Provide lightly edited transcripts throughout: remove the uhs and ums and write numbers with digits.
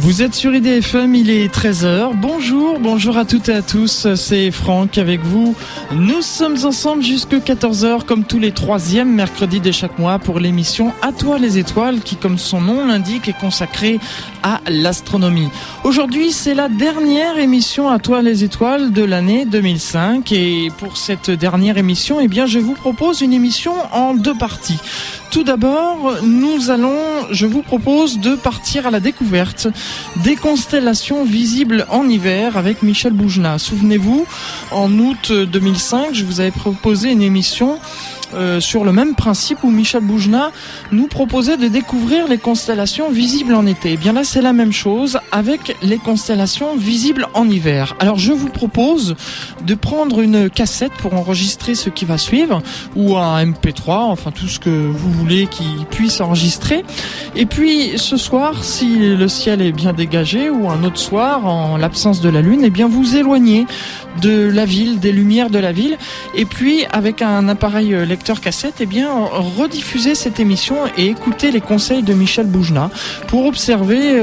Vous êtes sur IDFM, il est 13h. Bonjour à toutes et à tous, c'est Franck avec vous. Nous sommes ensemble jusqu'à 14h comme tous les troisièmes mercredis de chaque mois pour l'émission À toi les étoiles qui, comme son nom l'indique, est consacrée à l'astronomie. Aujourd'hui, c'est la dernière émission À toi les étoiles de l'année 2005 et pour cette dernière émission, je vous propose une émission en deux parties. Tout d'abord, je vous propose de partir à la découverte des constellations visibles en hiver avec Michel Boujna. Souvenez-vous, en août 2005, je vous avais proposé une émission sur le même principe où Michel Boujna nous proposait de découvrir les constellations visibles en été. Et bien là, c'est la même chose avec les constellations visibles en hiver. Alors, je vous propose de prendre une cassette pour enregistrer ce qui va suivre, ou un MP3, enfin tout ce que vous voulez qui puisse enregistrer. Et puis, ce soir, si le ciel est bien dégagé, ou un autre soir, en l'absence de la lune, vous éloignez de la ville, des lumières de la ville, et puis avec un appareil lecteur cassette, rediffuser cette émission et écouter les conseils de Michel Boujna pour observer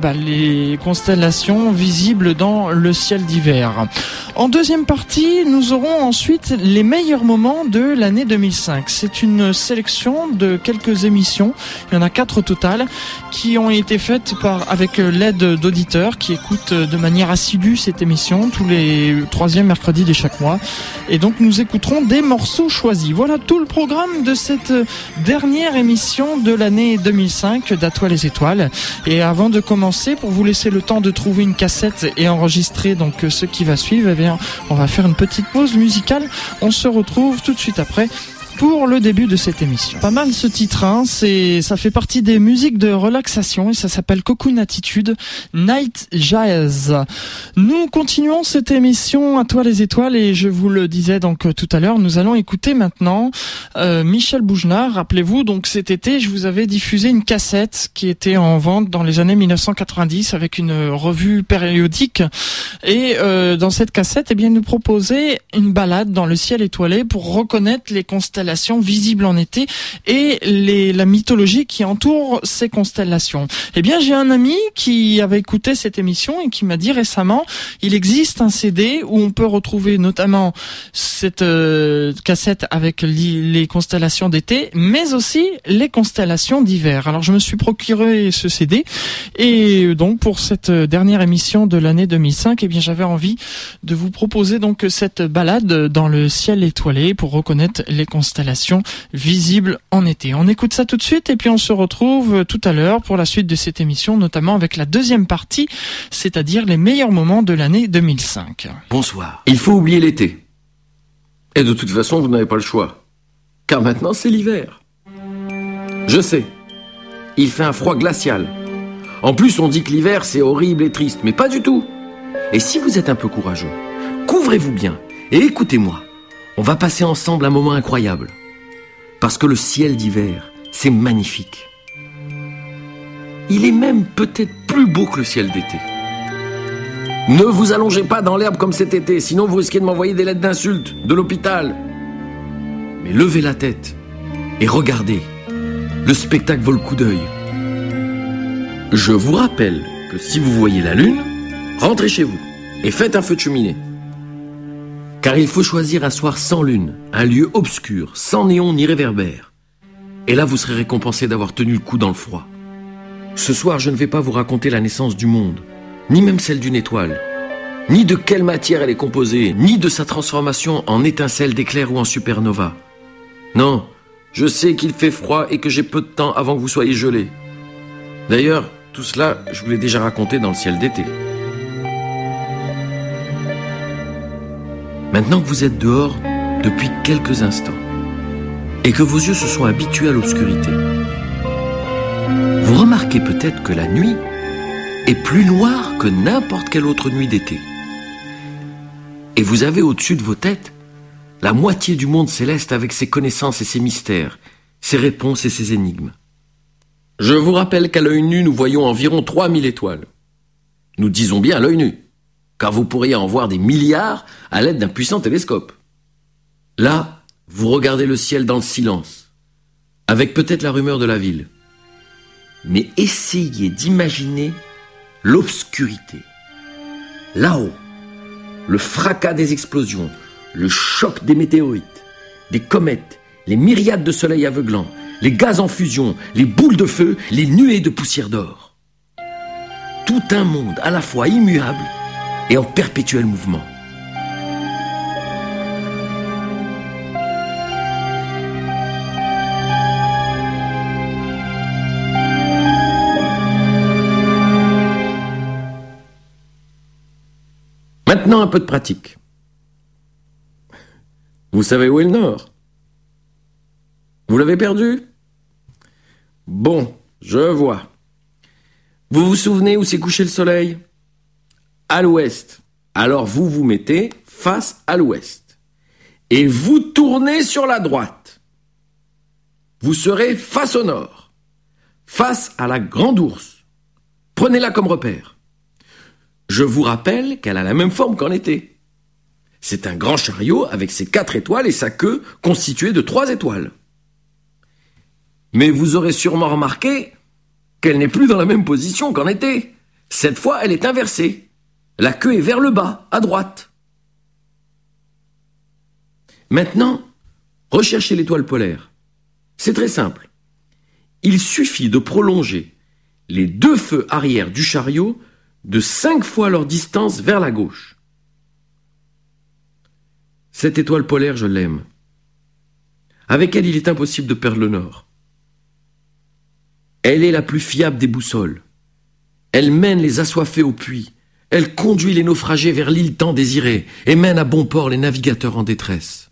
les constellations visibles dans le ciel d'hiver. En deuxième partie, nous aurons ensuite les meilleurs moments de l'année 2005. C'est une sélection de quelques émissions, il y en a 4 au total, qui ont été faites avec l'aide d'auditeurs qui écoutent de manière assidue cette émission tous les troisième mercredi de chaque mois. Et donc nous écouterons des morceaux choisis. Voilà tout le programme de cette dernière émission de l'année 2005 d'À toi les étoiles. Et avant de commencer, pour vous laisser le temps de trouver une cassette et enregistrer donc ce qui va suivre, on va faire une petite pause musicale. On se retrouve tout de suite après pour le début de cette émission. Pas mal ce titre, ça fait partie des musiques de relaxation et ça s'appelle Cocoon Attitude Night Jazz. Nous continuons cette émission À toi les étoiles et je vous le disais donc tout à l'heure, nous allons écouter maintenant Michel Boujna. Rappelez-vous, donc cet été, je vous avais diffusé une cassette qui était en vente dans les années 1990 avec une revue périodique et dans cette cassette, nous proposait une balade dans le ciel étoilé pour reconnaître les constellations visibles en été et la mythologie qui entoure ces constellations. J'ai un ami qui avait écouté cette émission et qui m'a dit récemment, il existe un CD où on peut retrouver notamment cette cassette avec les constellations d'été, mais aussi les constellations d'hiver. Alors je me suis procuré ce CD et donc pour cette dernière émission de l'année 2005, j'avais envie de vous proposer donc cette balade dans le ciel étoilé pour reconnaître les constellations visibles en été. On écoute ça tout de suite et puis on se retrouve tout à l'heure pour la suite de cette émission, notamment avec la deuxième partie, c'est-à-dire les meilleurs moments de l'année 2005. Bonsoir. Il faut oublier l'été. Et de toute façon, vous n'avez pas le choix. Car maintenant, c'est l'hiver. Je sais. Il fait un froid glacial. En plus, on dit que l'hiver, c'est horrible et triste, mais pas du tout. Et si vous êtes un peu courageux, couvrez-vous bien et écoutez-moi. On va passer ensemble un moment incroyable. Parce que le ciel d'hiver, c'est magnifique. Il est même peut-être plus beau que le ciel d'été. Ne vous allongez pas dans l'herbe comme cet été, sinon vous risquez de m'envoyer des lettres d'insultes de l'hôpital. Mais levez la tête et regardez. Le spectacle vaut le coup d'œil. Je vous rappelle que si vous voyez la lune, rentrez chez vous et faites un feu de cheminée. Car il faut choisir un soir sans lune, un lieu obscur, sans néon ni réverbère. Et là, vous serez récompensé d'avoir tenu le coup dans le froid. Ce soir, je ne vais pas vous raconter la naissance du monde, ni même celle d'une étoile, ni de quelle matière elle est composée, ni de sa transformation en étincelle d'éclair ou en supernova. Non, je sais qu'il fait froid et que j'ai peu de temps avant que vous soyez gelés. D'ailleurs, tout cela, je vous l'ai déjà raconté dans le ciel d'été. Maintenant que vous êtes dehors depuis quelques instants et que vos yeux se sont habitués à l'obscurité, vous remarquez peut-être que la nuit est plus noire que n'importe quelle autre nuit d'été. Et vous avez au-dessus de vos têtes la moitié du monde céleste avec ses connaissances et ses mystères, ses réponses et ses énigmes. Je vous rappelle qu'à l'œil nu, nous voyons environ 3000 étoiles. Nous disons bien à l'œil nu, car vous pourriez en voir des milliards à l'aide d'un puissant télescope. Là, vous regardez le ciel dans le silence, avec peut-être la rumeur de la ville. Mais essayez d'imaginer l'obscurité. Là-haut, le fracas des explosions, le choc des météorites, des comètes, les myriades de soleils aveuglants, les gaz en fusion, les boules de feu, les nuées de poussière d'or. Tout un monde à la fois immuable et en perpétuel mouvement. Maintenant, un peu de pratique. Vous savez où est le Nord? Vous l'avez perdu? Bon, je vois. Vous vous souvenez où s'est couché le soleil? À l'ouest. Alors vous vous mettez face à l'ouest. Et vous tournez sur la droite. Vous serez face au nord. Face à la Grande Ourse. Prenez-la comme repère. Je vous rappelle qu'elle a la même forme qu'en été. C'est un grand chariot avec ses 4 étoiles et sa queue constituée de 3 étoiles. Mais vous aurez sûrement remarqué qu'elle n'est plus dans la même position qu'en été. Cette fois, elle est inversée. La queue est vers le bas, à droite. Maintenant, recherchez l'étoile polaire. C'est très simple. Il suffit de prolonger les 2 feux arrière du chariot de 5 fois leur distance vers la gauche. Cette étoile polaire, je l'aime. Avec elle, il est impossible de perdre le nord. Elle est la plus fiable des boussoles. Elle mène les assoiffés au puits. Elle conduit les naufragés vers l'île tant désirée et mène à bon port les navigateurs en détresse.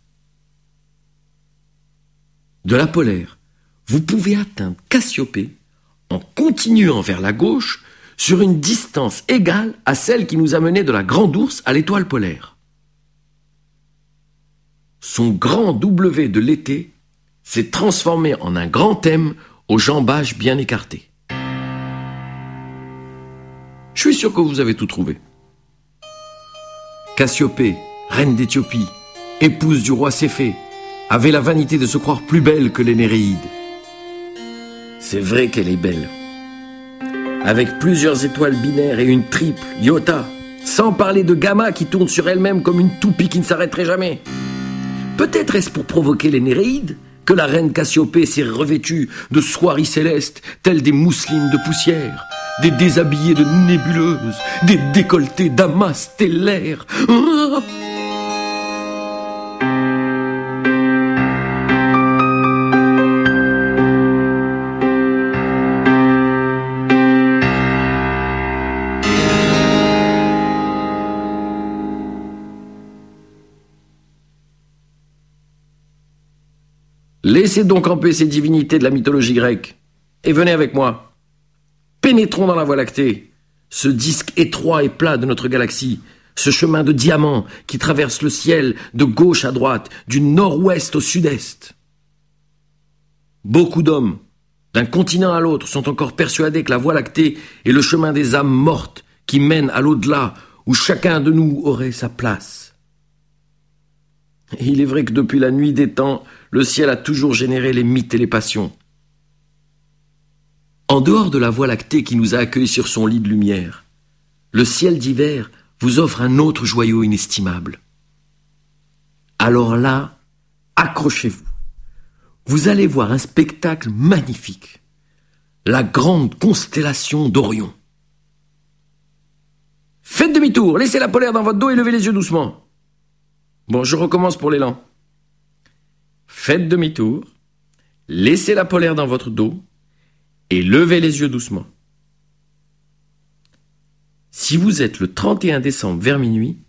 De la polaire, vous pouvez atteindre Cassiopée en continuant vers la gauche sur une distance égale à celle qui nous a menés de la Grande Ourse à l'étoile polaire. Son grand W de l'été s'est transformé en un grand M aux jambages bien écartés. Je suis sûr que vous avez tout trouvé. Cassiopée, reine d'Éthiopie, épouse du roi Céphée, avait la vanité de se croire plus belle que les Néréides. C'est vrai qu'elle est belle. Avec plusieurs étoiles binaires et une triple, iota, sans parler de gamma qui tourne sur elle-même comme une toupie qui ne s'arrêterait jamais. Peut-être est-ce pour provoquer les Néréides que la reine Cassiopée s'est revêtue de soieries célestes, telles des mousselines de poussière, des déshabillés de nébuleuses, des décolletés d'amas stellaires. Ah! Laissez donc en paix ces divinités de la mythologie grecque, et venez avec moi. Pénétrons dans la Voie lactée, ce disque étroit et plat de notre galaxie, ce chemin de diamant qui traverse le ciel de gauche à droite, du nord-ouest au sud-est. Beaucoup d'hommes, d'un continent à l'autre, sont encore persuadés que la Voie lactée est le chemin des âmes mortes qui mène à l'au-delà, où chacun de nous aurait sa place. Et il est vrai que depuis la nuit des temps, le ciel a toujours généré les mythes et les passions. En dehors de la Voie lactée qui nous a accueillis sur son lit de lumière, le ciel d'hiver vous offre un autre joyau inestimable. Alors là, accrochez-vous. Vous allez voir un spectacle magnifique. La grande constellation d'Orion. Faites demi-tour, laissez la polaire dans votre dos et levez les yeux doucement. Bon, je recommence pour l'élan. Faites demi-tour, laissez la polaire dans votre dos et levez les yeux doucement. Si vous êtes le 31 décembre vers minuit,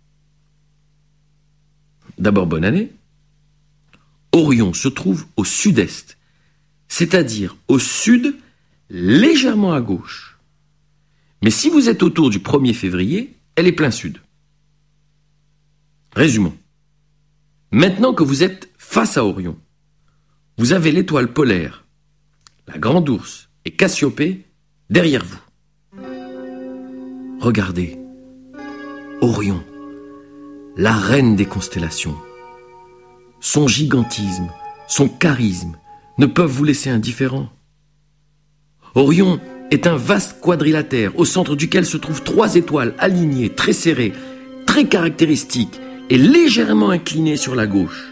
d'abord bonne année, Orion se trouve au sud-est, c'est-à-dire au sud, légèrement à gauche. Mais si vous êtes autour du 1er février, elle est plein sud. Résumons. Maintenant que vous êtes face à Orion, vous avez l'étoile polaire, la Grande Ourse et Cassiopée derrière vous. Regardez, Orion, la reine des constellations. Son gigantisme, son charisme ne peuvent vous laisser indifférent. Orion est un vaste quadrilatère au centre duquel se trouvent 3 étoiles alignées, très serrées, très caractéristiques et légèrement inclinées sur la gauche.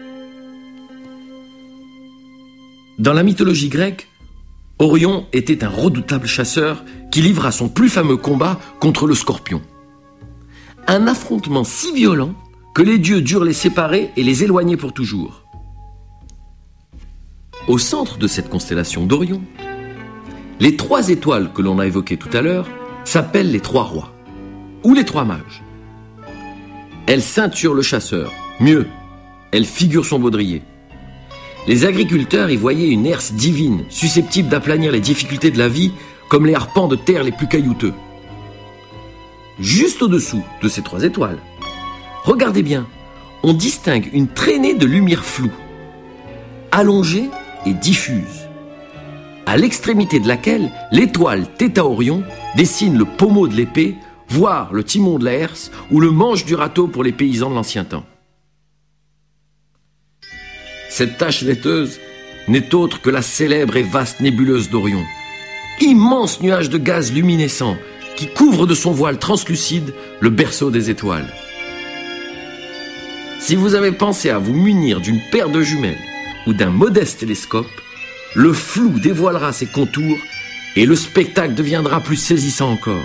Dans la mythologie grecque, Orion était un redoutable chasseur qui livra son plus fameux combat contre le Scorpion. Un affrontement si violent que les dieux durent les séparer et les éloigner pour toujours. Au centre de cette constellation d'Orion, les 3 étoiles que l'on a évoquées tout à l'heure s'appellent les 3 rois, ou les 3 mages. Elles ceinturent le chasseur, mieux, elles figurent son baudrier. Les agriculteurs y voyaient une herse divine, susceptible d'aplanir les difficultés de la vie, comme les arpents de terre les plus caillouteux. Juste au-dessous de ces 3 étoiles, regardez bien, on distingue une traînée de lumière floue, allongée et diffuse, à l'extrémité de laquelle l'étoile Theta Orion dessine le pommeau de l'épée, voire le timon de la herse ou le manche du râteau pour les paysans de l'ancien temps. Cette tache laiteuse n'est autre que la célèbre et vaste nébuleuse d'Orion, immense nuage de gaz luminescent qui couvre de son voile translucide le berceau des étoiles. Si vous avez pensé à vous munir d'une paire de jumelles ou d'un modeste télescope, le flou dévoilera ses contours et le spectacle deviendra plus saisissant encore.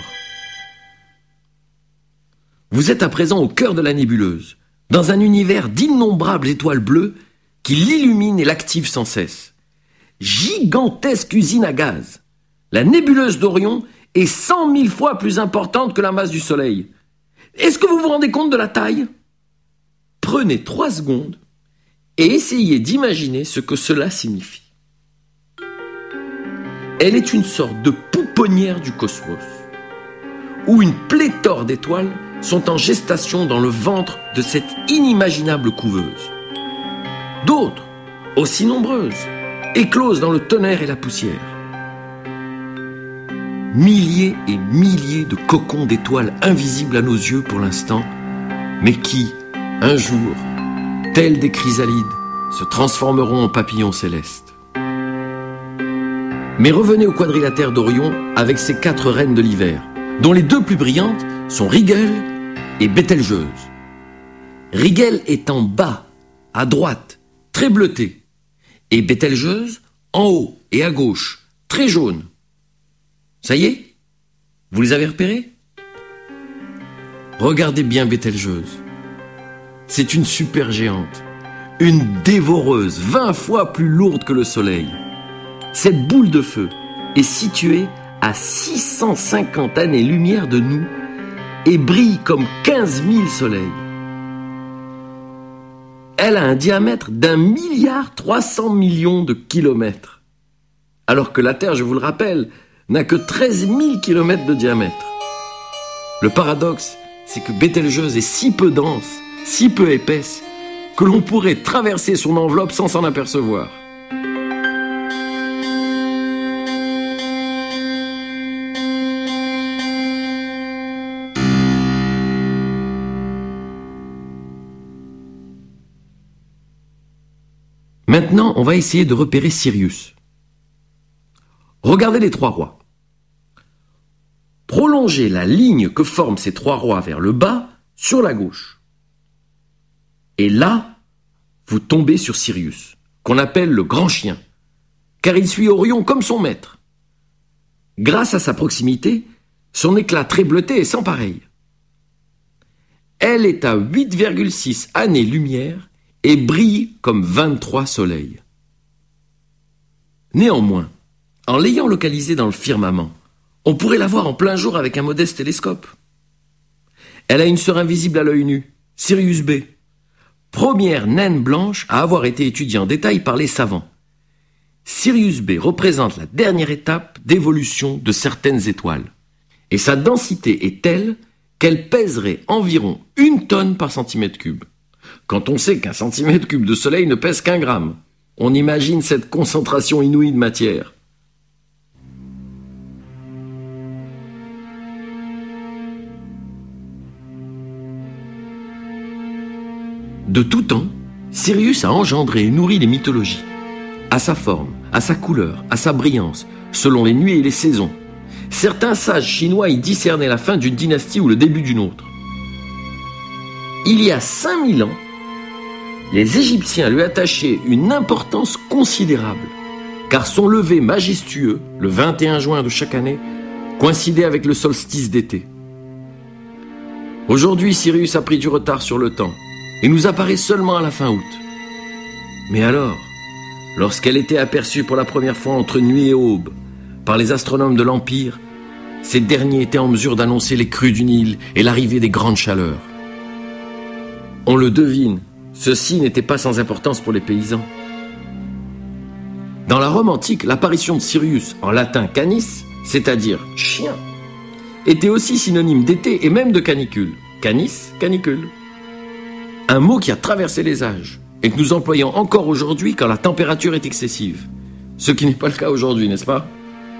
Vous êtes à présent au cœur de la nébuleuse, dans un univers d'innombrables étoiles bleues qui l'illumine et l'active sans cesse. Gigantesque usine à gaz. La nébuleuse d'Orion est 100 000 fois plus importante que la masse du Soleil. Est-ce que vous vous rendez compte de la taille ? Prenez 3 secondes et essayez d'imaginer ce que cela signifie. Elle est une sorte de pouponnière du cosmos, où une pléthore d'étoiles sont en gestation dans le ventre de cette inimaginable couveuse. D'autres, aussi nombreuses, éclosent dans le tonnerre et la poussière. Milliers et milliers de cocons d'étoiles invisibles à nos yeux pour l'instant, mais qui, un jour, tels des chrysalides, se transformeront en papillons célestes. Mais revenez au quadrilatère d'Orion avec ses 4 reines de l'hiver, dont les 2 plus brillantes sont Rigel et Bételgeuse. Rigel est en bas, à droite, très bleutée, et Bételgeuse en haut et à gauche, très jaune. Ça y est ? Vous les avez repérés ? Regardez bien Bételgeuse. C'est une supergéante, une dévoreuse 20 fois plus lourde que le Soleil. Cette boule de feu est située à 650 années-lumière de nous et brille comme 15 000 soleils. Elle a un diamètre d'1,3 milliard de kilomètres, alors que la Terre, je vous le rappelle, n'a que 13 000 kilomètres de diamètre. Le paradoxe, c'est que Bételgeuse est si peu dense, si peu épaisse, que l'on pourrait traverser son enveloppe sans s'en apercevoir. Maintenant, on va essayer de repérer Sirius. Regardez les 3 rois. Prolongez la ligne que forment ces 3 rois vers le bas sur la gauche. Et là, vous tombez sur Sirius, qu'on appelle le grand chien, car il suit Orion comme son maître. Grâce à sa proximité, son éclat très bleuté est sans pareil. Elle est à 8,6 années-lumière et brille comme 23 soleils. Néanmoins, en l'ayant localisée dans le firmament, on pourrait la voir en plein jour avec un modeste télescope. Elle a une sœur invisible à l'œil nu, Sirius B, première naine blanche à avoir été étudiée en détail par les savants. Sirius B représente la dernière étape d'évolution de certaines étoiles, et sa densité est telle qu'elle pèserait environ 1 tonne par centimètre cube. Quand on sait qu'un centimètre cube de soleil ne pèse qu'1 gramme, on imagine cette concentration inouïe de matière. De tout temps, Sirius a engendré et nourri les mythologies, à sa forme, à sa couleur, à sa brillance, selon les nuits et les saisons, Certains sages chinois y discernaient la fin d'une dynastie ou le début d'une autre. Il y a 5000 ans, les Égyptiens lui attachaient une importance considérable, car son lever majestueux, le 21 juin de chaque année, coïncidait avec le solstice d'été. Aujourd'hui, Sirius a pris du retard sur le temps et nous apparaît seulement à la fin août. Mais alors, lorsqu'elle était aperçue pour la première fois entre nuit et aube par les astronomes de l'Empire, ces derniers étaient en mesure d'annoncer les crues du Nil et l'arrivée des grandes chaleurs. On le devine, ceci n'était pas sans importance pour les paysans. Dans la Rome antique, l'apparition de Sirius, en latin canis, c'est-à-dire chien, était aussi synonyme d'été et même de canicule. Canis, canicule. Un mot qui a traversé les âges et que nous employons encore aujourd'hui quand la température est excessive. Ce qui n'est pas le cas aujourd'hui, n'est-ce pas ?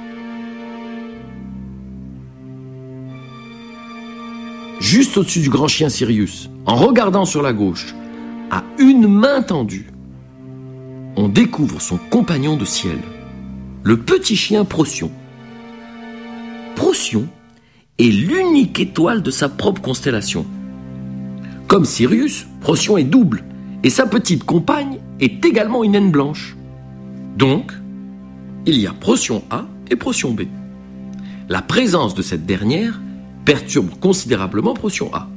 Juste au-dessus du grand chien Sirius, en regardant sur la gauche, à une main tendue, on découvre son compagnon de ciel, le petit chien Procyon. Procyon est l'unique étoile de sa propre constellation. Comme Sirius, Procyon est double, et sa petite compagne est également une naine blanche. Donc, il y a Procyon A et Procyon B. La présence de cette dernière perturbe considérablement Procyon A.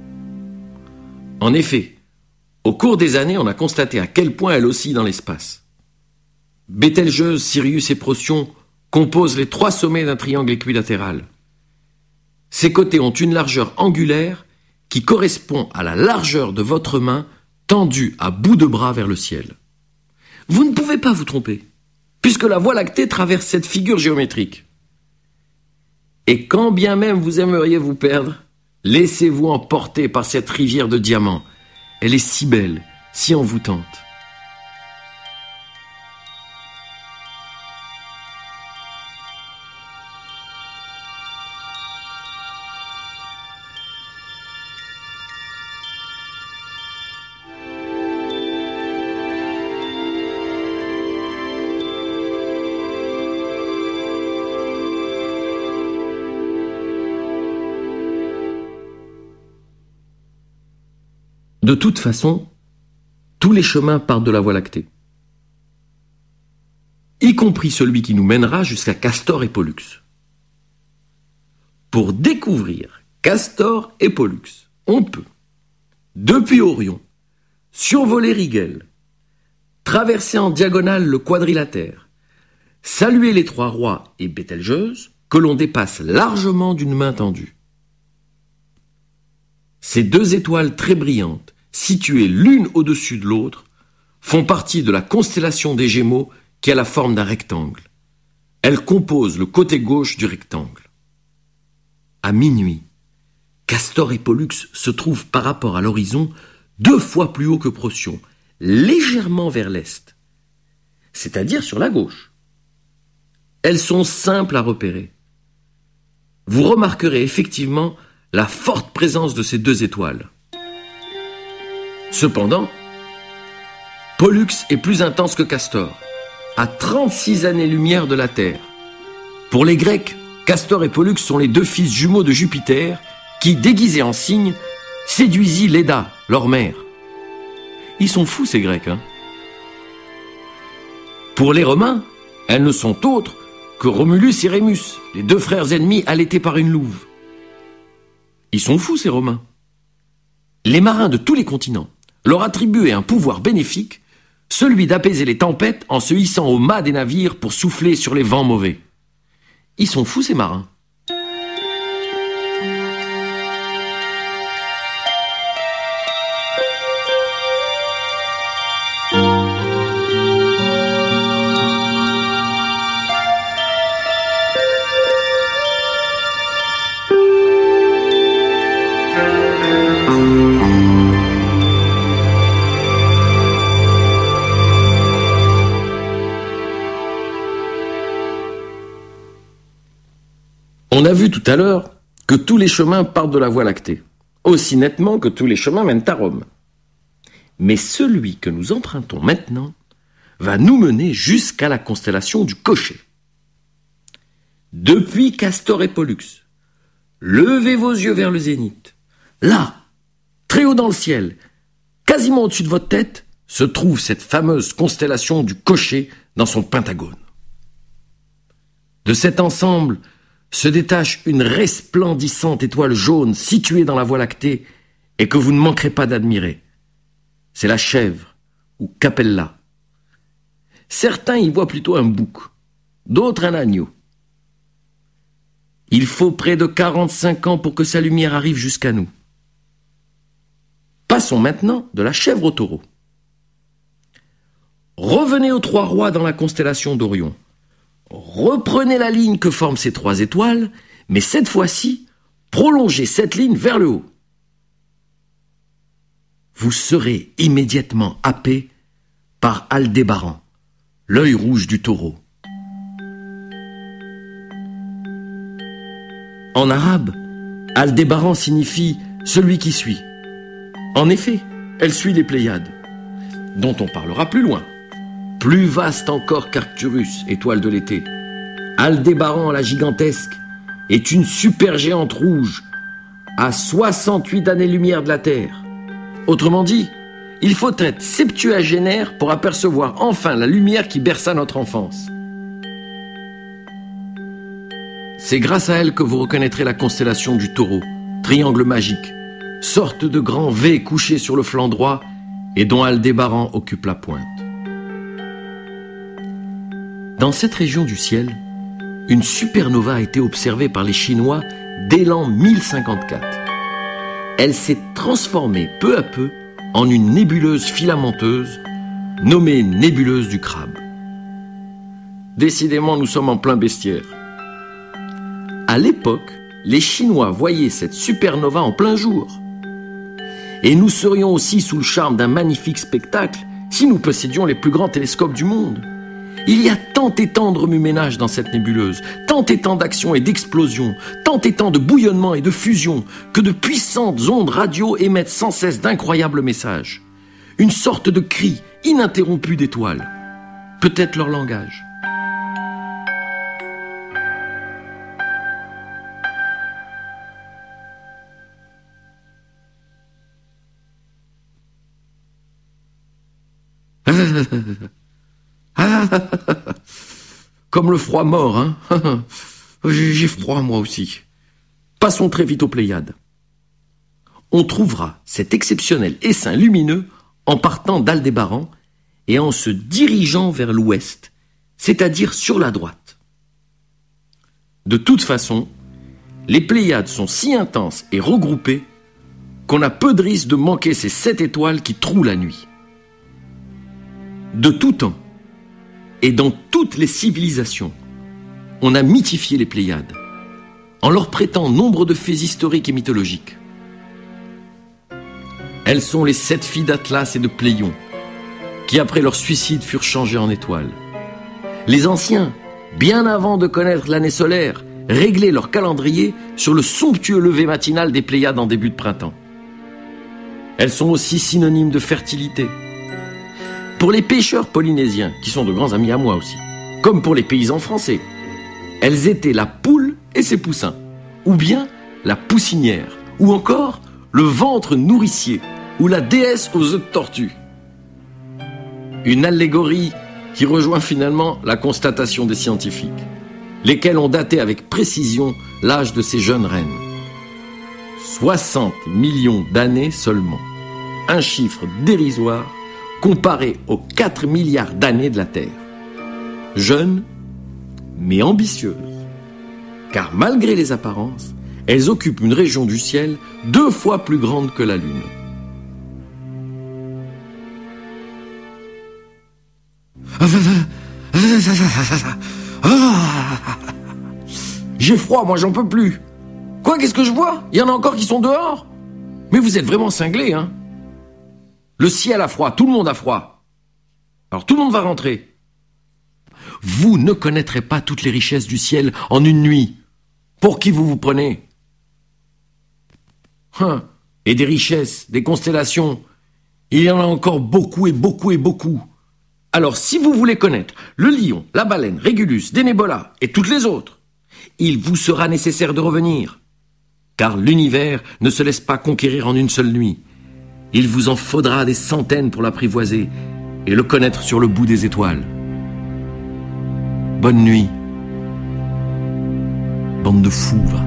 En effet, au cours des années, on a constaté à quel point elle oscille dans l'espace. Bételgeuse, Sirius et Procyon composent les 3 sommets d'un triangle équilatéral. Ces côtés ont une largeur angulaire qui correspond à la largeur de votre main tendue à bout de bras vers le ciel. Vous ne pouvez pas vous tromper, puisque la Voie lactée traverse cette figure géométrique. Et quand bien même vous aimeriez vous perdre, laissez-vous emporter par cette rivière de diamants. Elle est si belle, si envoûtante. De toute façon, tous les chemins partent de la Voie lactée, y compris celui qui nous mènera jusqu'à Castor et Pollux. Pour découvrir Castor et Pollux, on peut, depuis Orion, survoler Rigel, traverser en diagonale le quadrilatère, saluer les 3 rois et Bételgeuse, que l'on dépasse largement d'une main tendue. Ces 2 étoiles très brillantes, situées l'une au-dessus de l'autre, font partie de la constellation des Gémeaux qui a la forme d'un rectangle. Elles composent le côté gauche du rectangle. À minuit, Castor et Pollux se trouvent par rapport à l'horizon 2 fois plus haut que Procyon, légèrement vers l'est, c'est-à-dire sur la gauche. Elles sont simples à repérer. Vous remarquerez effectivement la forte présence de ces 2 étoiles. Cependant, Pollux est plus intense que Castor, à 36 années-lumière de la Terre. Pour les Grecs, Castor et Pollux sont les 2 fils jumeaux de Jupiter qui, déguisés en cygnes, séduisit Léda, leur mère. Ils sont fous ces Grecs, hein ? Pour les Romains, elles ne sont autres que Romulus et Rémus, les 2 frères ennemis allaités par une louve. Ils sont fous ces Romains. Les marins de tous les continents leur attribuaient un pouvoir bénéfique, celui d'apaiser les tempêtes en se hissant au mât des navires pour souffler sur les vents mauvais. Ils sont fous ces marins. On a vu tout à l'heure que tous les chemins partent de la Voie lactée, aussi nettement que tous les chemins mènent à Rome. Mais celui que nous empruntons maintenant va nous mener jusqu'à la constellation du Cocher. Depuis Castor et Pollux, levez vos yeux vers le zénith. Là, très haut dans le ciel, quasiment au-dessus de votre tête, se trouve cette fameuse constellation du Cocher dans son pentagone. De cet ensemble se détache une resplendissante étoile jaune située dans la Voie lactée et que vous ne manquerez pas d'admirer. C'est la Chèvre, ou Capella. Certains y voient plutôt un bouc, d'autres un agneau. Il faut près de 45 ans pour que sa lumière arrive jusqu'à nous. Passons maintenant de la Chèvre au Taureau. Revenez aux trois rois dans la constellation d'Orion. Reprenez la ligne que forment ces trois étoiles, mais cette fois-ci, prolongez cette ligne vers le haut. Vous serez immédiatement happé par Aldébaran, l'œil rouge du taureau. En arabe, Aldébaran signifie « celui qui suit ». En effet, elle suit les Pléiades, dont on parlera plus loin. Plus vaste encore qu'Arcturus, étoile de l'été. Aldébaran, la gigantesque, est une supergéante rouge, à 68 années-lumière de la Terre. Autrement dit, il faut être septuagénaire pour apercevoir enfin la lumière qui berça notre enfance. C'est grâce à elle que vous reconnaîtrez la constellation du Taureau, triangle magique, sorte de grand V couché sur le flanc droit et dont Aldébaran occupe la pointe. Dans cette région du ciel, une supernova a été observée par les Chinois dès l'an 1054. Elle s'est transformée peu à peu en une nébuleuse filamenteuse nommée nébuleuse du Crabe. Décidément, nous sommes en plein bestiaire. À l'époque, les Chinois voyaient cette supernova en plein jour. Et nous serions aussi sous le charme d'un magnifique spectacle si nous possédions les plus grands télescopes du monde. Il y a tant et tant de remue-ménage dans cette nébuleuse, tant et tant d'actions et d'explosions, tant et tant de bouillonnements et de fusions, que de puissantes ondes radio émettent sans cesse d'incroyables messages. Une sorte de cri ininterrompu d'étoiles. Peut-être leur langage. Comme le froid mort, hein. J'ai froid moi aussi. Passons très vite aux Pléiades. On trouvera cet exceptionnel essaim lumineux en partant d'Aldébaran et en se dirigeant vers l'ouest, c'est-à-dire sur la droite. De toute façon, les Pléiades sont si intenses et regroupées qu'on a peu de risque de manquer ces 7 étoiles qui trouent la nuit. De tout temps, et dans toutes les civilisations, on a mythifié les Pléiades, en leur prêtant nombre de faits historiques et mythologiques. Elles sont les 7 filles d'Atlas et de Pléion, qui après leur suicide furent changées en étoiles. Les anciens, bien avant de connaître l'année solaire, réglaient leur calendrier sur le somptueux lever matinal des Pléiades en début de printemps. Elles sont aussi synonymes de fertilité. Pour les pêcheurs polynésiens, qui sont de grands amis à moi aussi, comme pour les paysans français, elles étaient la poule et ses poussins, ou bien la poussinière, ou encore le ventre nourricier, ou la déesse aux œufs de tortue. Une allégorie qui rejoint finalement la constatation des scientifiques, lesquels ont daté avec précision l'âge de ces jeunes reines. 60 millions d'années seulement, un chiffre dérisoire comparé aux 4 milliards d'années de la Terre. Jeunes, mais ambitieuses, car malgré les apparences, elles occupent une région du ciel 2 fois plus grande que la Lune. J'ai froid, moi j'en peux plus. Quoi, qu'est-ce que je vois? Il y en a encore qui sont dehors? Mais vous êtes vraiment cinglés, hein? Le ciel a froid, tout le monde a froid. Alors tout le monde va rentrer. Vous ne connaîtrez pas toutes les richesses du ciel en une nuit. Pour qui vous vous prenez? Et des richesses, des constellations, il y en a encore beaucoup et beaucoup et beaucoup. Alors si vous voulez connaître le lion, la baleine, Régulus, Dénébola et toutes les autres, Il vous sera nécessaire de revenir, car l'univers ne se laisse pas conquérir en une seule nuit. Il vous en faudra des centaines pour l'apprivoiser et le connaître sur le bout des étoiles. Bonne nuit, bande de fous, va.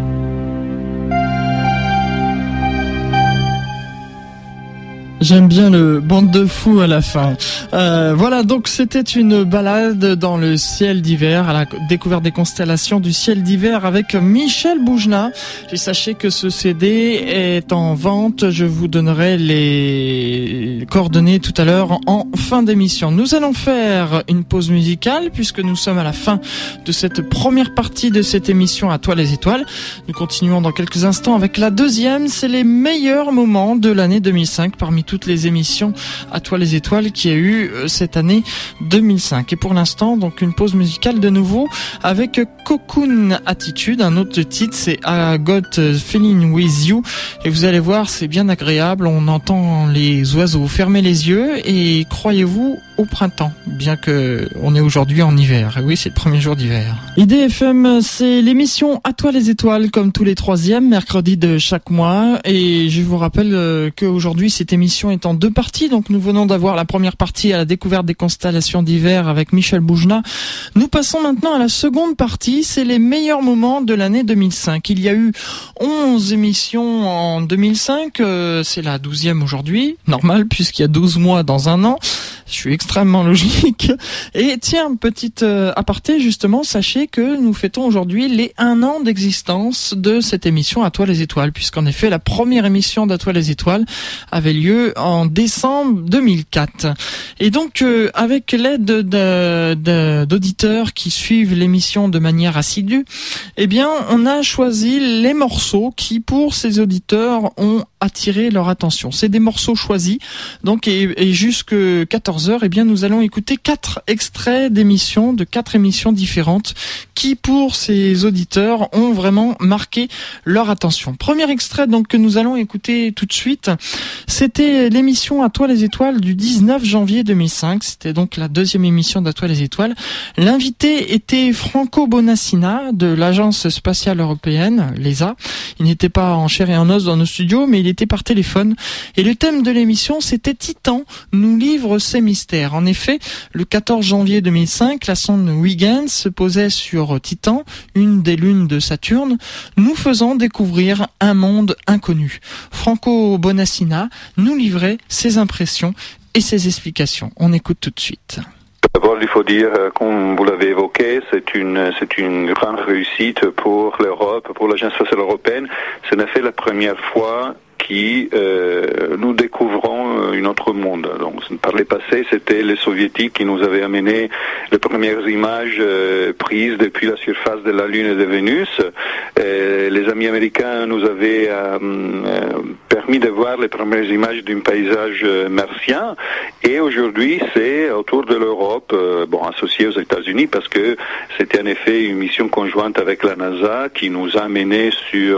J'aime bien le bande de fous à la fin. Voilà, donc c'était une balade dans le ciel d'hiver, à la découverte des constellations du ciel d'hiver avec Michel Boujna. Et sachez que ce CD est en vente. Je vous donnerai les coordonnées tout à l'heure en fin d'émission. Nous allons faire une pause musicale puisque nous sommes à la fin de cette première partie de cette émission À toi les étoiles. Nous continuons dans quelques instants avec la deuxième. C'est les meilleurs moments de l'année 2005 parmi toutes les émissions À toi les étoiles qui a eu cette année 2005. Et pour l'instant, donc une pause musicale de nouveau avec Cocoon Attitude. Un autre titre, c'est I Got Feeling With You. Et vous allez voir, c'est bien agréable. On entend les oiseaux fermer les yeux et croyez-vous au printemps, bien que on est aujourd'hui en hiver. Et oui, c'est le premier jour d'hiver. IDFM, c'est l'émission À toi les étoiles, comme tous les troisièmes mercredis de chaque mois. Et je vous rappelle qu'aujourd'hui, cette émission est en deux parties. Donc nous venons d'avoir la première partie à la découverte des constellations d'hiver avec Michel Boujna. Nous passons maintenant à la seconde partie. C'est les meilleurs moments de l'année 2005. Il y a eu 11 émissions en 2005. C'est la 12e aujourd'hui. Normal, puisqu'il y a 12 mois dans un an. Je suis extrêmement logique. Et tiens, petite aparté, justement, sachez que nous fêtons aujourd'hui les 1 an d'existence de cette émission À toi les étoiles, puisqu'en effet, la première émission d'À toi les étoiles avait lieu en décembre 2004. Et donc, avec l'aide d'auditeurs qui suivent l'émission de manière assidue, eh bien, on a choisi les morceaux qui, pour ces auditeurs, ont attiré leur attention. C'est des morceaux choisis. Donc, et jusque 14h, eh bien, nous allons écouter 4 extraits d'émissions, de 4 émissions différentes qui, pour ces auditeurs, ont vraiment marqué leur attention. Premier extrait, donc, que nous allons écouter tout de suite, c'était l'émission À toi les étoiles du 19 janvier 2005. C'était donc la deuxième émission d'À toi les étoiles. L'invité était Franco Bonassina de l'Agence spatiale européenne, l'ESA. Il n'était pas en chair et en os dans nos studios, mais il était par téléphone. Et le thème de l'émission, c'était Titan nous livre ses mystères. En effet, le 14 janvier 2005, la sonde Huygens se posait sur Titan, une des lunes de Saturne, nous faisant découvrir un monde inconnu. Franco Bonassina nous livrait ses impressions et ses explications. On écoute tout de suite. D'abord, il faut dire, comme vous l'avez évoqué, c'est une grande réussite pour l'Europe, pour l'Agence spatiale européenne. Ce n'est fait la première fois nous découvrons un autre monde. Donc, par le passé, c'était les soviétiques qui nous avaient amené les premières images prises depuis la surface de la Lune et de Vénus. Les amis américains nous avaient permis de voir les premières images d'un paysage martien. Et aujourd'hui, c'est autour de l'Europe, associé aux États-Unis, parce que c'était en effet une mission conjointe avec la NASA qui nous a amenés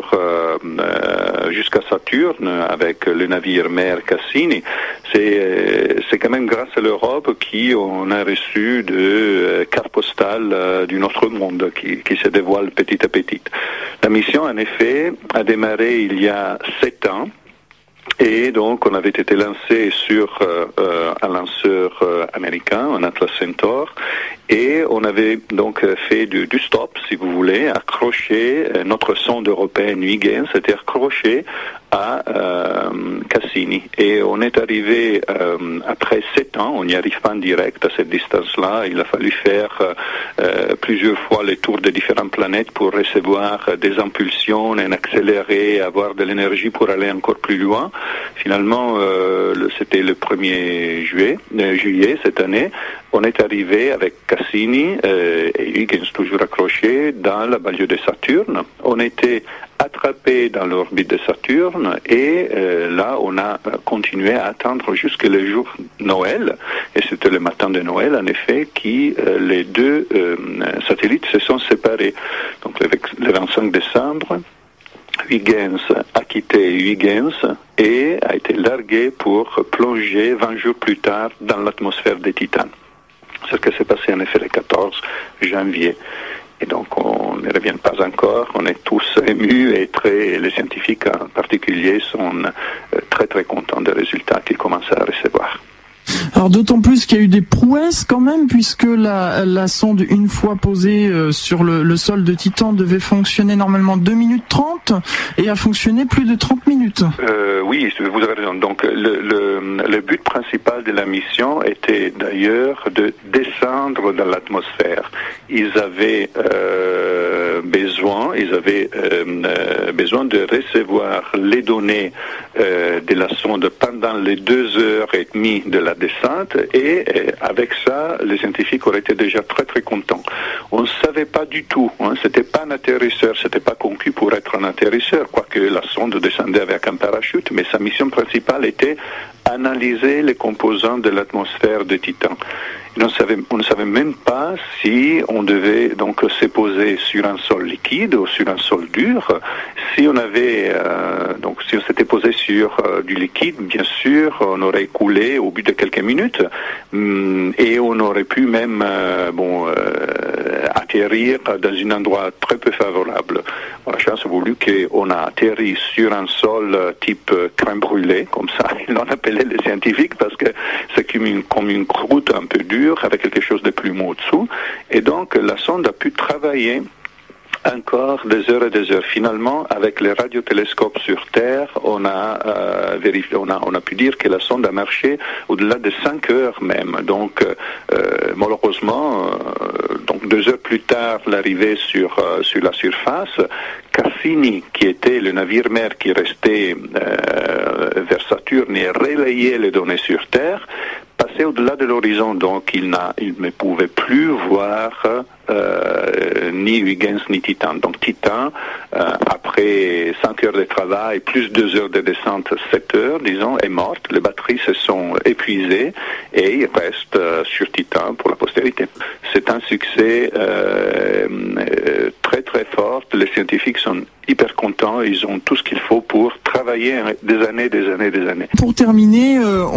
jusqu'à Saturne avec le navire mère Cassini. C'est quand même grâce à l'Europe qu'on a reçu de cartes postales d'un autre monde qui se dévoile petit à petit. La mission, en effet, a démarré il y a 7 ans. Et donc, on avait été lancé sur un lanceur américain, un Atlas Centaur, et on avait donc fait du stop, si vous voulez, accroché notre sonde européenne Huygens, c'était accroché à Cassini. Et on est arrivé après 7 ans, on n'y arrive pas en direct à cette distance-là, il a fallu faire plusieurs fois le tour des différentes planètes pour recevoir des impulsions, et accélérer, avoir de l'énergie pour aller encore plus loin. Finalement, c'était le 1er juillet cette année, on est arrivé avec Cassini et Huygens toujours accroché dans la banlieue de Saturne. On était attrapé dans l'orbite de Saturne et là on a continué à attendre jusqu'à le jour Noël, et c'était le matin de Noël en effet qui les deux satellites se sont séparés. Donc le 25 décembre, Huygens a quitté Huygens et a été largué pour plonger 20 jours plus tard dans l'atmosphère de Titan. C'est ce qui s'est passé en effet le 14 janvier. Et donc on ne revient pas encore, on est tous émus et les scientifiques en particulier sont très très contents des résultats qu'ils commencent à recevoir. Alors d'autant plus qu'il y a eu des prouesses quand même, puisque la sonde, une fois posée sur le sol de Titan, devait fonctionner normalement 2 minutes 30 et a fonctionné plus de 30 minutes. Oui, vous avez raison. Donc le but principal de la mission était d'ailleurs de descendre dans l'atmosphère. Ils avaient besoin besoin de recevoir les données de la sonde pendant les 2h30 de la descente, et avec ça, les scientifiques auraient été déjà très très contents. On ne savait pas du tout, c'était pas un atterrisseur, c'était pas conçu pour être un atterrisseur, quoique la sonde descendait avec un parachute, mais sa mission principale était analyser les composants de l'atmosphère de Titan. On ne savait même pas si on devait donc se poser sur un sol liquide ou sur un sol dur. Si on avait si on s'était posé sur du liquide, bien sûr, on aurait coulé au bout de quelques minutes, et on aurait pu même atterrir dans un endroit très peu favorable. La chance a voulu qu'on a atterri sur un sol type crème brûlée, comme ça ils l'ont appelé les scientifiques, parce que c'est comme une croûte un peu dure avec quelque chose de plus mou au-dessous, et donc la sonde a pu travailler encore des heures et des heures. Finalement, avec les radiotélescopes sur Terre, on a pu dire que la sonde a marché au-delà de 5 heures même. Donc, malheureusement, 2 heures plus tard, l'arrivée sur la surface, Cassini, qui était le navire-mère qui restait vers Saturne et relayait les données sur Terre, passait au-delà de l'horizon, donc il ne pouvait plus voir ni Huygens ni Titan. Donc Titan, après 5 heures de travail, plus 2 heures de descente, 7 heures, disons, est morte. Les batteries se sont épuisées et il reste sur Titan pour la postérité. C'est un succès très très fort. Les scientifiques sont hyper contents, ils ont tout ce qu'il faut pour travailler des années. Pour terminer,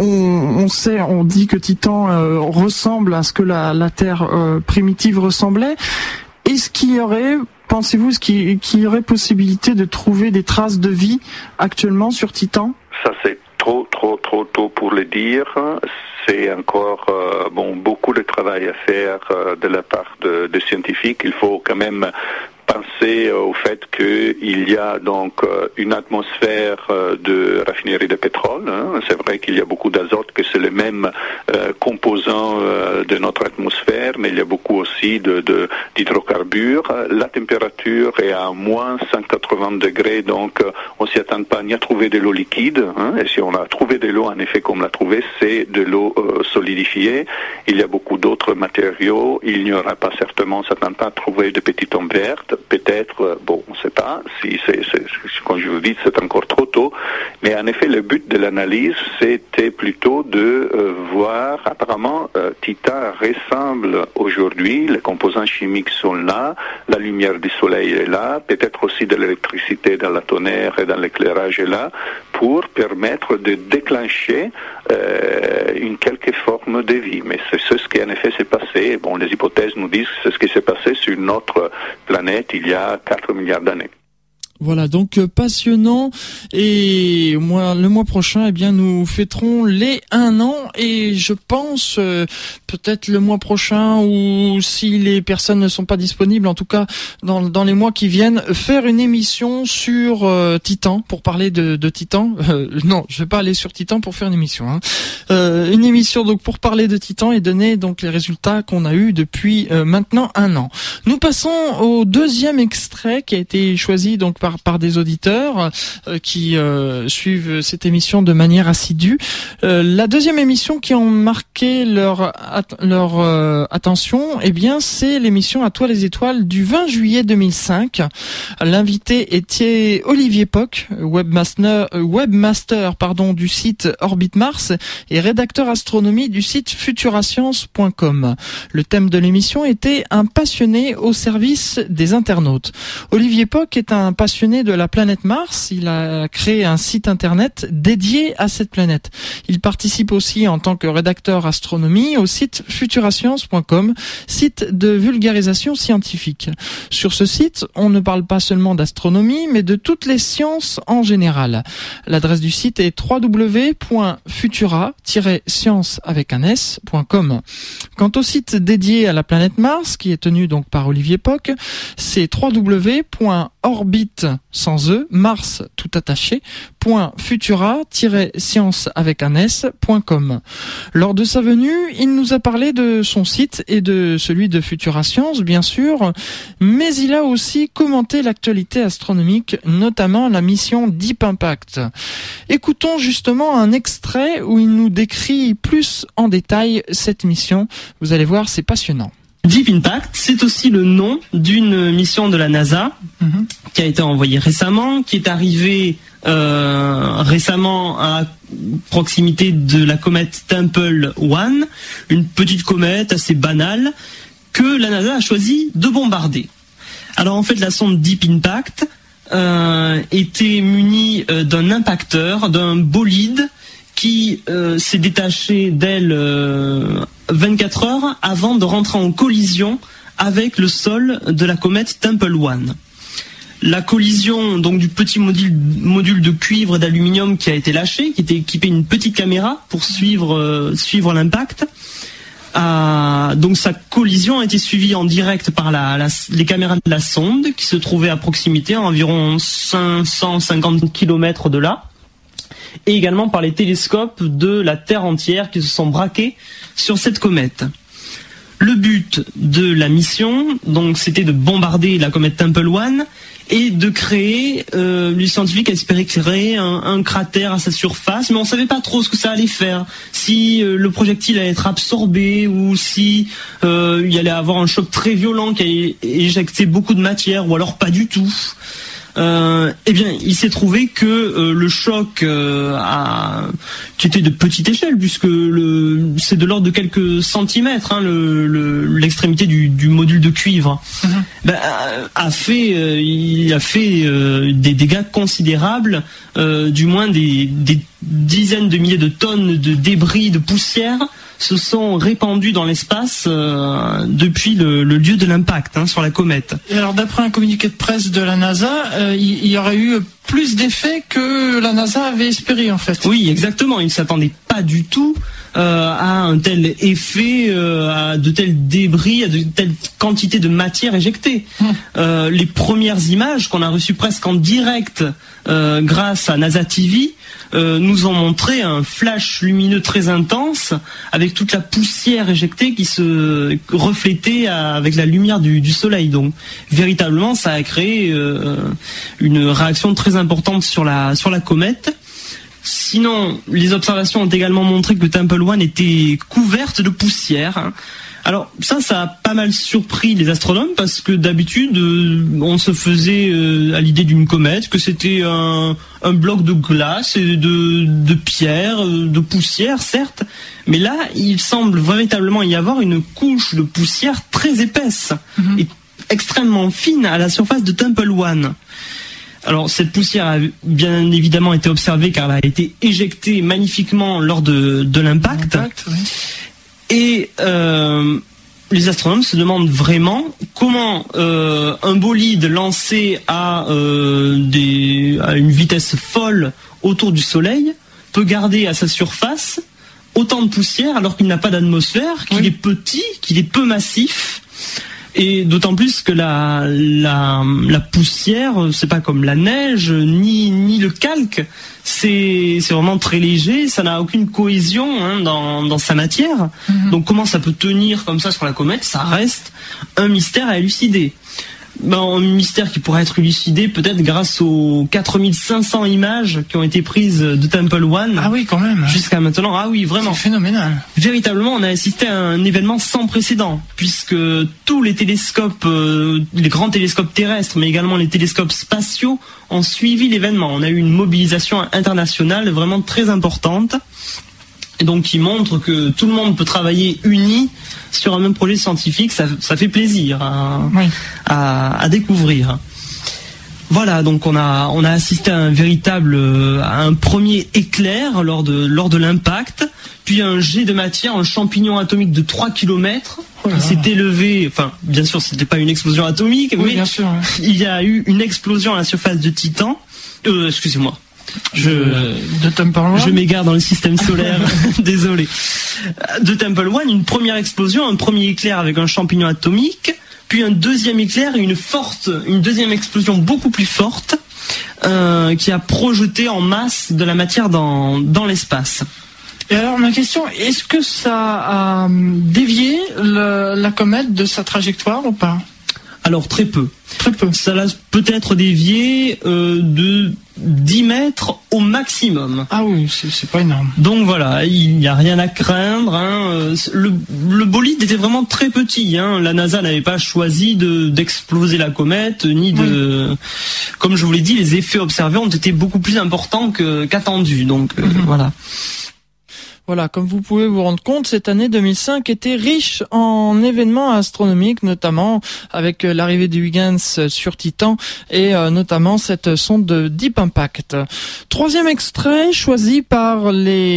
on dit que Titan ressemble à ce que la Terre primitive ressemblait. Est-ce qu'il y aurait, pensez-vous, qu'il y aurait possibilité de trouver des traces de vie actuellement sur Titan ? Ça, c'est trop tôt pour le dire. C'est encore beaucoup de travail à faire de la part des scientifiques. Il faut quand même penser au fait qu'il y a donc une atmosphère de raffinerie de pétrole. C'est vrai qu'il y a beaucoup d'azote, que c'est le même composant de notre atmosphère, mais il y a beaucoup aussi d'hydrocarbures. La température est à moins 180 degrés, donc on s'y attend pas ni à trouver de l'eau liquide. Et si on a trouvé de l'eau, en effet, comme on l'a trouvé, c'est de l'eau solidifiée. Il y a beaucoup d'autres matériaux. Il n'y aura pas certainement, on s'attend pas à trouver de petites tombes vertes. Peut-être, on ne sait pas, comme je vous dis, c'est encore trop tôt, mais en effet, le but de l'analyse, c'était plutôt de voir, apparemment, Titan ressemble aujourd'hui, les composants chimiques sont là, la lumière du soleil est là, peut-être aussi de l'électricité dans la tonnerre et dans l'éclairage est là, pour permettre de déclencher une quelque forme de vie. Mais c'est ce qui en effet s'est passé. Les hypothèses nous disent que c'est ce qui s'est passé sur notre planète il y a 4 milliards d'années. Voilà, donc passionnant, et le mois prochain, nous fêterons les 1 an, et je pense peut-être le mois prochain, ou si les personnes ne sont pas disponibles, en tout cas dans les mois qui viennent, faire une émission sur Titan pour parler de Titan. Non, je vais pas aller sur Titan pour faire une émission. Une émission donc pour parler de Titan et donner donc les résultats qu'on a eus depuis maintenant 1 an. Nous passons au deuxième extrait qui a été choisi donc par des auditeurs qui suivent cette émission de manière assidue. La deuxième émission qui ont marqué leur attention, c'est l'émission À toi les étoiles du 20 juillet 2005. L'invité était Olivier Poc, webmaster du site Orbit Mars et rédacteur astronomie du site futurascience.com. Le thème de l'émission était un passionné au service des internautes. Olivier Poc est un passionné passionné de la planète Mars. Il a créé un site internet dédié à cette planète. Il participe aussi en tant que rédacteur astronomie au site futurascience.com, site de vulgarisation scientifique. Sur ce site, on ne parle pas seulement d'astronomie, mais de toutes les sciences en général. L'adresse du site est www.futura-science.com. Quant au site dédié à la planète Mars, qui est tenu donc par Olivier Poc, c'est www.orbit sans e, Mars tout attaché, .futura-science.com. Lors de sa venue, il nous a parlé de son site et de celui de Futura Science, bien sûr, mais il a aussi commenté l'actualité astronomique, notamment la mission Deep Impact. Écoutons justement un extrait où il nous décrit plus en détail cette mission. Vous allez voir, c'est passionnant. Deep Impact, c'est aussi le nom d'une mission de la NASA qui a été envoyée récemment, qui est arrivée récemment à proximité de la comète Temple 1, une petite comète assez banale que la NASA a choisi de bombarder. Alors en fait, la sonde Deep Impact était munie d'un impacteur, d'un bolide qui s'est détaché d'elle 24 heures avant de rentrer en collision avec le sol de la comète Temple 1. La collision donc du petit module de cuivre et d'aluminium qui a été lâché, qui était équipé d'une petite caméra pour suivre l'impact. Donc sa collision a été suivie en direct par les caméras de la sonde qui se trouvaient à proximité, à environ 550 km de là, et également par les télescopes de la Terre entière qui se sont braqués sur cette comète. Le but de la mission, donc, c'était de bombarder la comète Temple 1 et de créer, les scientifiques espéraient créer un cratère à sa surface, mais on savait pas trop ce que ça allait faire, si le projectile allait être absorbé ou si il y allait avoir un choc très violent qui allait éjecter beaucoup de matière, ou alors pas du tout. Eh bien, il s'est trouvé que le choc qui était de petite échelle, puisque c'est de l'ordre de quelques centimètres, l'extrémité du module de cuivre, il a fait des dégâts considérables, du moins des dizaines de milliers de tonnes de débris, de poussière se sont répandus dans l'espace depuis le lieu de l'impact sur la comète. Et alors, d'après un communiqué de presse de la NASA, il y aurait eu plus d'effets que la NASA avait espéré, en fait. Oui, exactement. Ils ne s'attendaient pas du tout à un tel effet, à de tels débris, à de telles quantités de matière éjectée. Les premières images qu'on a reçues presque en direct grâce à NASA TV nous ont montré un flash lumineux très intense avec toute la poussière éjectée qui se reflétait avec la lumière du soleil. Donc véritablement, ça a créé une réaction très importante sur la comète. Sinon, les observations ont également montré que Temple 1 était couverte de poussière. Alors ça a pas mal surpris les astronomes, parce que d'habitude on se faisait à l'idée d'une comète que c'était un bloc de glace et de pierre, de poussière certes, mais là il semble véritablement y avoir une couche de poussière très épaisse et extrêmement fine à la surface de Temple 1. Alors cette poussière a bien évidemment été observée car elle a été éjectée magnifiquement lors de l'impact. Oui. Et les astronomes se demandent vraiment comment un bolide lancé à une vitesse folle autour du Soleil peut garder à sa surface autant de poussière alors qu'il n'a pas d'atmosphère, qu'il est petit, qu'il est peu massif. Et d'autant plus que la poussière, c'est pas comme la neige ni le calque, c'est vraiment très léger, ça n'a aucune cohésion dans sa matière. Donc comment ça peut tenir comme ça sur la comète, ça reste un mystère à élucider. Un mystère qui pourrait être élucidé peut-être grâce aux 4500 images qui ont été prises de Temple 1. Ah oui, quand même. Jusqu'à maintenant. Ah oui, vraiment. C'est phénoménal. Véritablement, on a assisté à un événement sans précédent, puisque tous les télescopes, les grands télescopes terrestres, mais également les télescopes spatiaux, ont suivi l'événement. On a eu une mobilisation internationale vraiment très importante. Et donc qui montre que tout le monde peut travailler uni sur un même projet scientifique, ça fait plaisir à découvrir. Voilà, donc on a assisté à un premier éclair lors de l'impact, puis un jet de matière, un champignon atomique de 3 km qui s'est élevé, enfin bien sûr c'était pas une explosion atomique, oui, mais bien sûr, ouais. Il y a eu une explosion à la surface de Titan. Excusez-moi. De Temple One. Je m'égare dans le système solaire, désolé. De Temple One, une première explosion, un premier éclair avec un champignon atomique, puis un deuxième éclair et une deuxième explosion beaucoup plus forte qui a projeté en masse de la matière dans l'espace. Et alors ma question, est-ce que ça a dévié la comète de sa trajectoire ou pas ? Alors très peu. Très peu. Ça l'a peut-être dévié de 10 mètres au maximum. Ah oui, c'est pas énorme. Donc voilà, il n'y a rien à craindre. Hein. Le bolide était vraiment très petit. Hein. La NASA n'avait pas choisi d'exploser la comète, ni de... Oui. Comme je vous l'ai dit, les effets observés ont été beaucoup plus importants qu'attendus. Donc voilà. Voilà, comme vous pouvez vous rendre compte, cette année 2005 était riche en événements astronomiques, notamment avec l'arrivée du Huygens sur Titan et notamment cette sonde de Deep Impact. Troisième extrait choisi par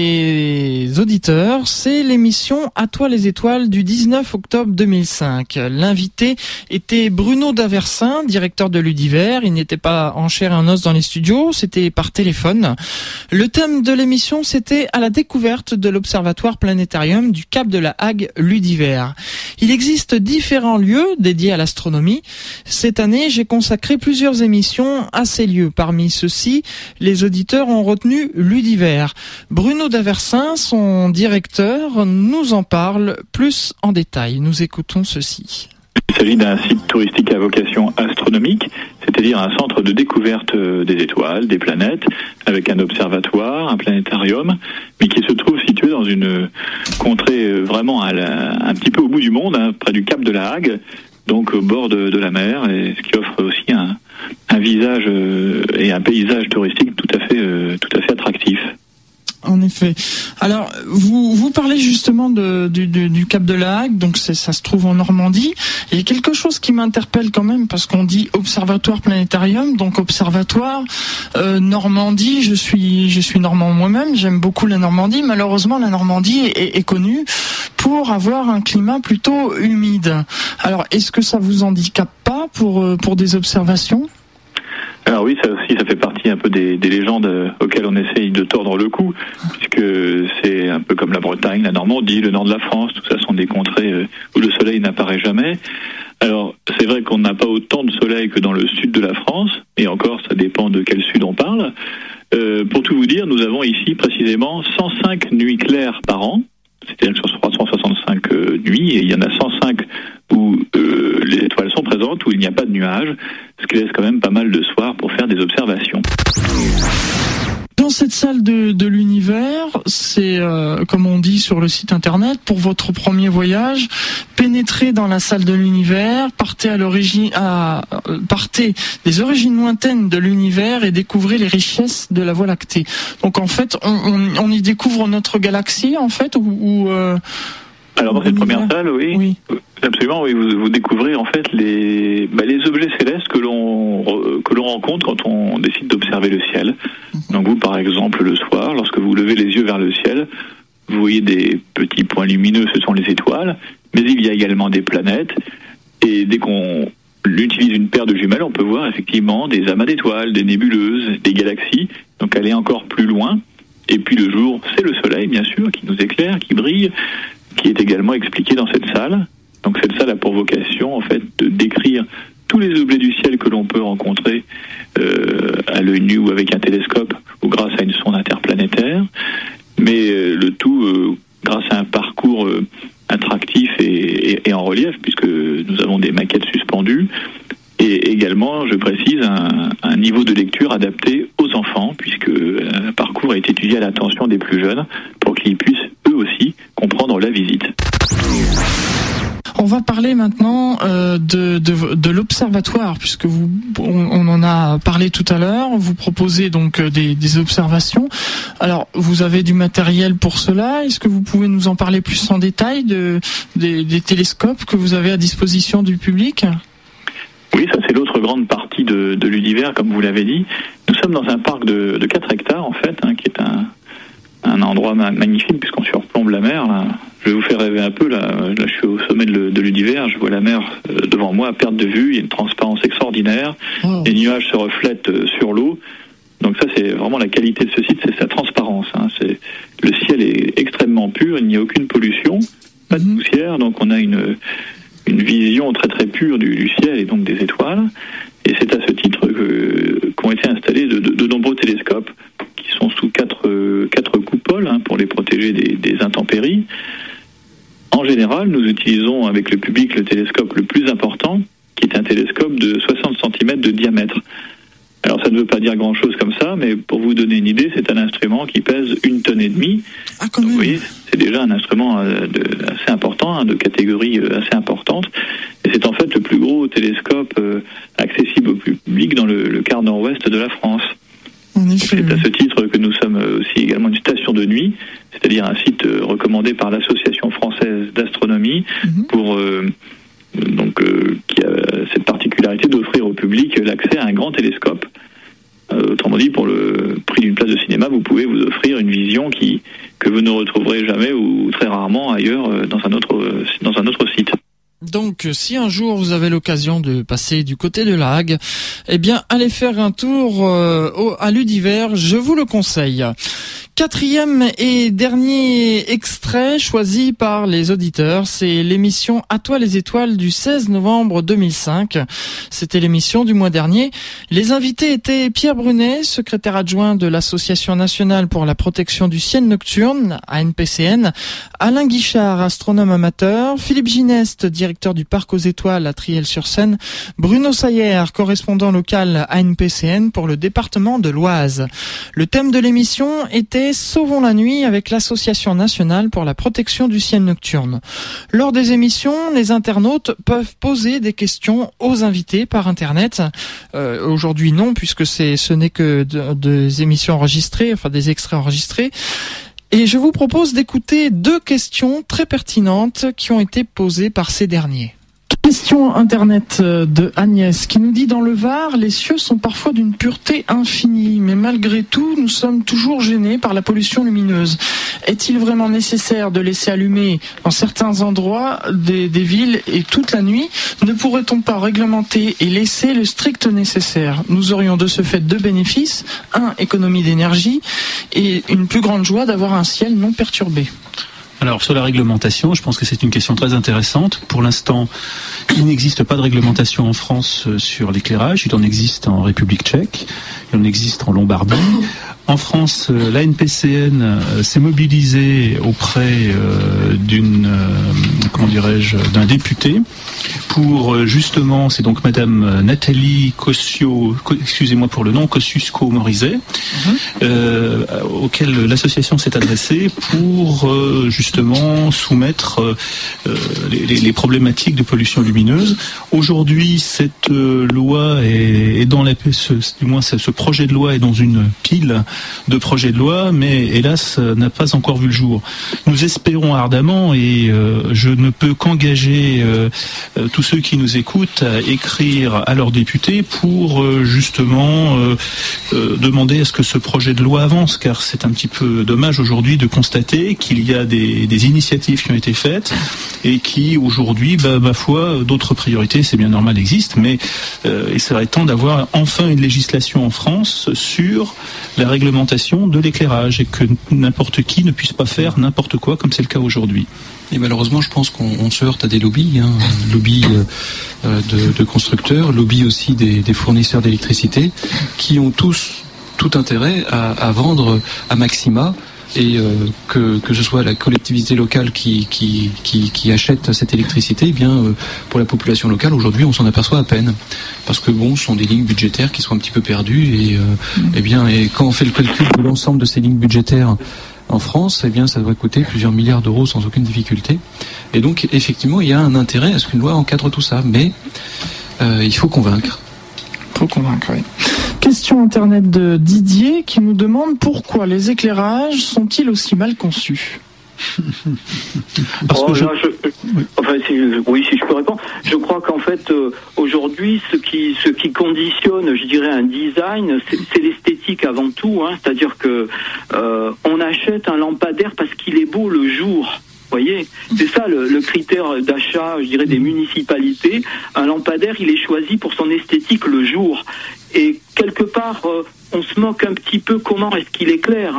les auditeurs, c'est l'émission À toi les étoiles du 19 octobre 2005. L'invité était Bruno Daversin, directeur de l'Univers. Il n'était pas en chair et en os dans les studios, c'était par téléphone. Le thème de l'émission, c'était à la découverte de l'Observatoire planétarium du Cap de la Hague Ludivert. Il existe différents lieux dédiés à l'astronomie. Cette année, j'ai consacré plusieurs émissions à ces lieux. Parmi ceux-ci, les auditeurs ont retenu Ludivert. Bruno Daversin, son directeur, nous en parle plus en détail. Nous écoutons ceci. Il s'agit d'un site touristique à vocation astronomique, c'est-à-dire un centre de découverte des étoiles, des planètes, avec un observatoire, un planétarium, mais qui se trouve situé dans une contrée vraiment un petit peu au bout du monde, hein, près du Cap de la Hague, donc au bord de la mer, et ce qui offre aussi un visage et un paysage touristique tout à fait attractif. En effet. Alors, vous parlez justement du Cap de la Hague, donc ça se trouve en Normandie. Il y a quelque chose qui m'interpelle quand même, parce qu'on dit observatoire planétarium, donc observatoire Normandie. Je suis normand moi-même, j'aime beaucoup la Normandie. Malheureusement, la Normandie est connue pour avoir un climat plutôt humide. Alors, est-ce que ça vous handicape pas pour des observations ? Alors oui, ça aussi, ça fait partie un peu des légendes auxquelles on essaye de tordre le cou, puisque c'est un peu comme la Bretagne, la Normandie, le nord de la France, tout ça sont des contrées où le soleil n'apparaît jamais. Alors, c'est vrai qu'on n'a pas autant de soleil que dans le sud de la France, et encore, ça dépend de quel sud on parle. Pour tout vous dire, nous avons ici précisément 105 nuits claires par an, c'est-à-dire que sur 365 nuits, et il y en a 105 où les étoiles sont présentes, où il n'y a pas de nuages, ce qui laisse quand même pas mal de soirs pour faire des observations. Dans cette salle de l'univers, c'est comme on dit sur le site internet, pour votre premier voyage, pénétrez dans la salle de l'univers, partez des origines lointaines de l'univers et découvrez les richesses de la Voie lactée. Donc en fait, on y découvre notre galaxie en fait Alors dans cette première salle, oui. Absolument, oui. Vous découvrez en fait les objets célestes que l'on rencontre quand on décide d'observer le ciel. Donc vous, par exemple, le soir, lorsque vous levez les yeux vers le ciel, vous voyez des petits points lumineux, ce sont les étoiles, mais il y a également des planètes. Et dès qu'on utilise une paire de jumelles, on peut voir effectivement des amas d'étoiles, des nébuleuses, des galaxies, donc aller encore plus loin. Et puis le jour, c'est le soleil, bien sûr, qui nous éclaire, qui brille, qui est également expliqué dans cette salle. Donc cette salle a pour vocation en fait de décrire tous les objets du ciel que l'on peut rencontrer à l'œil nu ou avec un télescope ou grâce à une sonde interplanétaire, mais le tout grâce à un parcours attractif et en relief, puisque nous avons des maquettes suspendues, et également, je précise, un niveau de lecture adapté aux enfants, puisque un parcours est étudié à l'attention des plus jeunes pour qu'ils puissent eux aussi comprendre la visite. On va parler maintenant de l'observatoire, puisque on en a parlé tout à l'heure. Vous proposez donc des observations. Alors, vous avez du matériel pour cela. Est-ce que vous pouvez nous en parler plus en détail des télescopes que vous avez à disposition du public ? Oui, ça c'est l'autre grande partie de l'Univers, comme vous l'avez dit. Nous sommes dans un parc de 4 hectares, en fait, qui est un endroit magnifique, puisqu'on surplombe la mer, là. Je vais vous faire rêver un peu, là je suis au sommet de l'Univers, je vois la mer devant moi à perte de vue, il y a une transparence extraordinaire, les nuages se reflètent sur l'eau. Donc ça, c'est vraiment la qualité de ce site, c'est sa transparence. Le ciel est extrêmement pur, il n'y a aucune pollution, pas de poussière, donc on a une vision très très pure du ciel et donc des étoiles. Et c'est à ce titre qu'ont été installés de nombreux télescopes qui sont sous quatre coupoles pour les protéger des intempéries. En général, nous utilisons avec le public le télescope le plus important, qui est un télescope de 60 cm de diamètre. Alors ça ne veut pas dire grand-chose comme ça, mais pour vous donner une idée, c'est un instrument qui pèse 1,5 tonne. Donc, vous voyez, c'est déjà un instrument assez important, de catégorie assez importante. Et c'est en fait le plus gros télescope accessible au public dans le quart nord-ouest de la France. C'est à ce titre que nous sommes aussi également une station de nuit, c'est-à-dire un site recommandé par l'Association française d'astronomie pour qui a cette particularité d'offrir au public l'accès à un grand télescope. Autrement dit, pour le prix d'une place de cinéma, vous pouvez vous offrir une vision que vous ne retrouverez jamais ou très rarement ailleurs dans un autre site. Donc, si un jour vous avez l'occasion de passer du côté de La Hague, eh bien, allez faire un tour à l'Univers, je vous le conseille. 4e et dernier extrait choisi par les auditeurs, c'est l'émission À toi les étoiles du 16 novembre 2005. C'était l'émission du mois dernier. Les invités étaient Pierre Brunet, secrétaire adjoint de l'Association nationale pour la protection du ciel nocturne, ANPCN, Alain Guichard, astronome amateur, Philippe Gineste, directeur du Parc aux Étoiles à Triel-sur-Seine, Bruno Sayer, correspondant local ANPCN pour le département de l'Oise. Le thème de l'émission était Sauvons la nuit avec l'Association nationale pour la protection du ciel nocturne. Lors des émissions, les internautes peuvent poser des questions aux invités par Internet. Aujourd'hui non, puisque ce n'est que des émissions enregistrées, enfin des extraits enregistrés. Et je vous propose d'écouter 2 questions très pertinentes qui ont été posées par ces derniers. Question Internet de Agnès qui nous dit: dans le Var, les cieux sont parfois d'une pureté infinie, mais malgré tout, nous sommes toujours gênés par la pollution lumineuse. Est-il vraiment nécessaire de laisser allumer dans certains endroits des villes et toute la nuit? Ne pourrait-on pas réglementer et laisser le strict nécessaire? Nous aurions de ce fait 2 bénéfices: 1, économie d'énergie, et une plus grande joie d'avoir un ciel non perturbé. Alors, sur la réglementation, je pense que c'est une question très intéressante. Pour l'instant, il n'existe pas de réglementation en France sur l'éclairage. Il en existe en République tchèque, il en existe en Lombardie. En France, l'ANPCN s'est mobilisée auprès d'un député pour justement, c'est donc Madame Nathalie Kosciusko-Morizet, auquel l'association s'est adressée pour justement soumettre les problématiques de pollution lumineuse. Aujourd'hui, cette loi est dans ce projet de loi est dans une pile de projets de loi, mais hélas n'a pas encore vu le jour. Nous espérons ardemment, et je ne peux qu'engager tous ceux qui nous écoutent à écrire à leurs députés pour justement demander à ce que ce projet de loi avance, car c'est un petit peu dommage aujourd'hui de constater qu'il y a des initiatives qui ont été faites et qui aujourd'hui, ma foi, d'autres priorités, c'est bien normal, existent, mais il serait temps d'avoir enfin une législation en France sur la réglementation de l'éclairage et que n'importe qui ne puisse pas faire n'importe quoi comme c'est le cas aujourd'hui. Et malheureusement, je pense qu'on se heurte à des lobbies, lobbies de constructeurs, lobbies aussi des fournisseurs d'électricité, qui ont tous tout intérêt à vendre à maxima, et que ce soit la collectivité locale qui achète cette électricité, eh bien pour la population locale aujourd'hui on s'en aperçoit à peine, parce que ce sont des lignes budgétaires qui sont un petit peu perdues, et quand on fait le calcul de l'ensemble de ces lignes budgétaires en France, eh bien ça doit coûter plusieurs milliards d'euros sans aucune difficulté. Et donc effectivement il y a un intérêt à ce qu'une loi encadre tout ça, mais il faut convaincre. Oui. Question Internet de Didier qui nous demande pourquoi les éclairages sont-ils aussi mal conçus? Oui. Enfin, si je peux répondre. Je crois qu'en fait, aujourd'hui, ce qui conditionne, je dirais, un design, c'est l'esthétique avant tout. C'est-à-dire que on achète un lampadaire parce qu'il est beau le jour. Vous voyez, c'est ça le critère d'achat, je dirais, des municipalités. Un lampadaire, il est choisi pour son esthétique le jour. Et quelque part, on se moque un petit peu comment est-ce qu'il éclaire.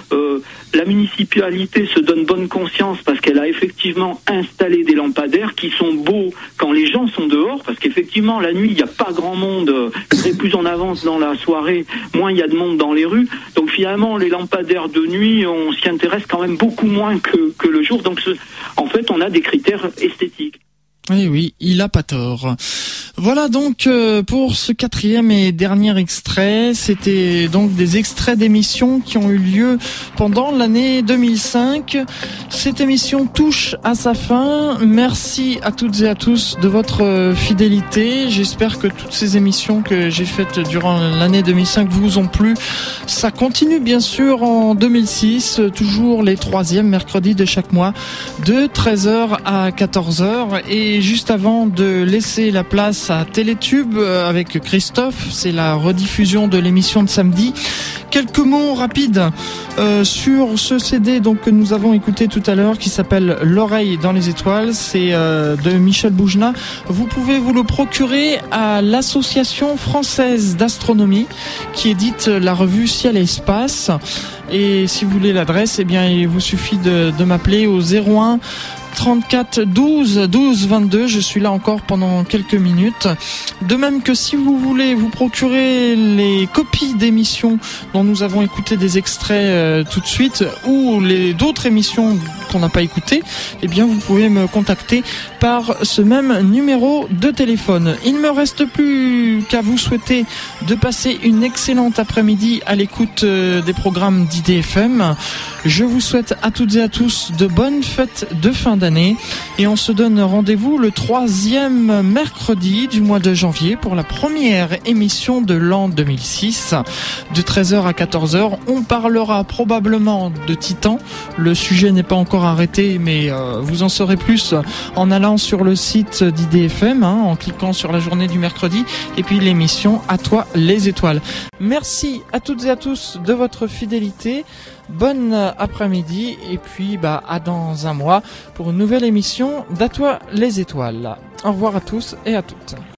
La municipalité se donne bonne conscience parce qu'elle a effectivement installé des lampadaires qui sont beaux quand les gens sont dehors, parce qu'effectivement, la nuit, il n'y a pas grand monde. Plus on avance dans la soirée, moins il y a de monde dans les rues. Donc finalement, les lampadaires de nuit, on s'y intéresse quand même beaucoup moins que le jour. Donc en fait, on a des critères esthétiques. Oui, il a pas tort. Voilà donc pour ce 4e et dernier extrait. C'était donc des extraits d'émissions qui ont eu lieu pendant l'année 2005. Cette émission touche à sa fin. Merci à toutes et à tous de votre fidélité. J'espère que toutes ces émissions que j'ai faites durant l'année 2005 vous ont plu. Ça continue bien sûr en 2006, toujours les 3e mercredis de chaque mois, de 13h à 14h. Et juste avant de laisser la place à Télétube avec Christophe, c'est la rediffusion de l'émission de samedi. Quelques mots rapides sur ce CD donc que nous avons écouté tout à l'heure, qui s'appelle L'oreille dans les étoiles. C'est de Michel Boujna. Vous pouvez vous le procurer à l'Association française d'astronomie qui édite la revue Ciel et Espace. Et si vous voulez l'adresse, eh bien il vous suffit de m'appeler au 01 34 12 12 22. Je suis là encore pendant quelques minutes. De même que si vous voulez vous procurer les copies d'émissions dont nous avons écouté des extraits tout de suite, ou d'autres émissions qu'on n'a pas écoutées, eh bien vous pouvez me contacter par ce même numéro de téléphone. Il ne me reste plus qu'à vous souhaiter de passer une excellente après-midi à l'écoute des programmes d'IDFM. Je vous souhaite à toutes et à tous de bonnes fêtes de fin d'année et on se donne rendez-vous le 3e mercredi du mois de janvier pour la première émission de l'an 2006 de 13h à 14h. On parlera probablement de Titan. Le sujet n'est pas encore arrêté, mais vous en saurez plus en allant sur le site d'IDFM, en cliquant sur la journée du mercredi et puis l'émission À toi les étoiles. Merci à toutes et à tous de votre fidélité. Bonne après-midi et puis à dans un mois pour une nouvelle émission d'À toi les étoiles. Au revoir à tous et à toutes.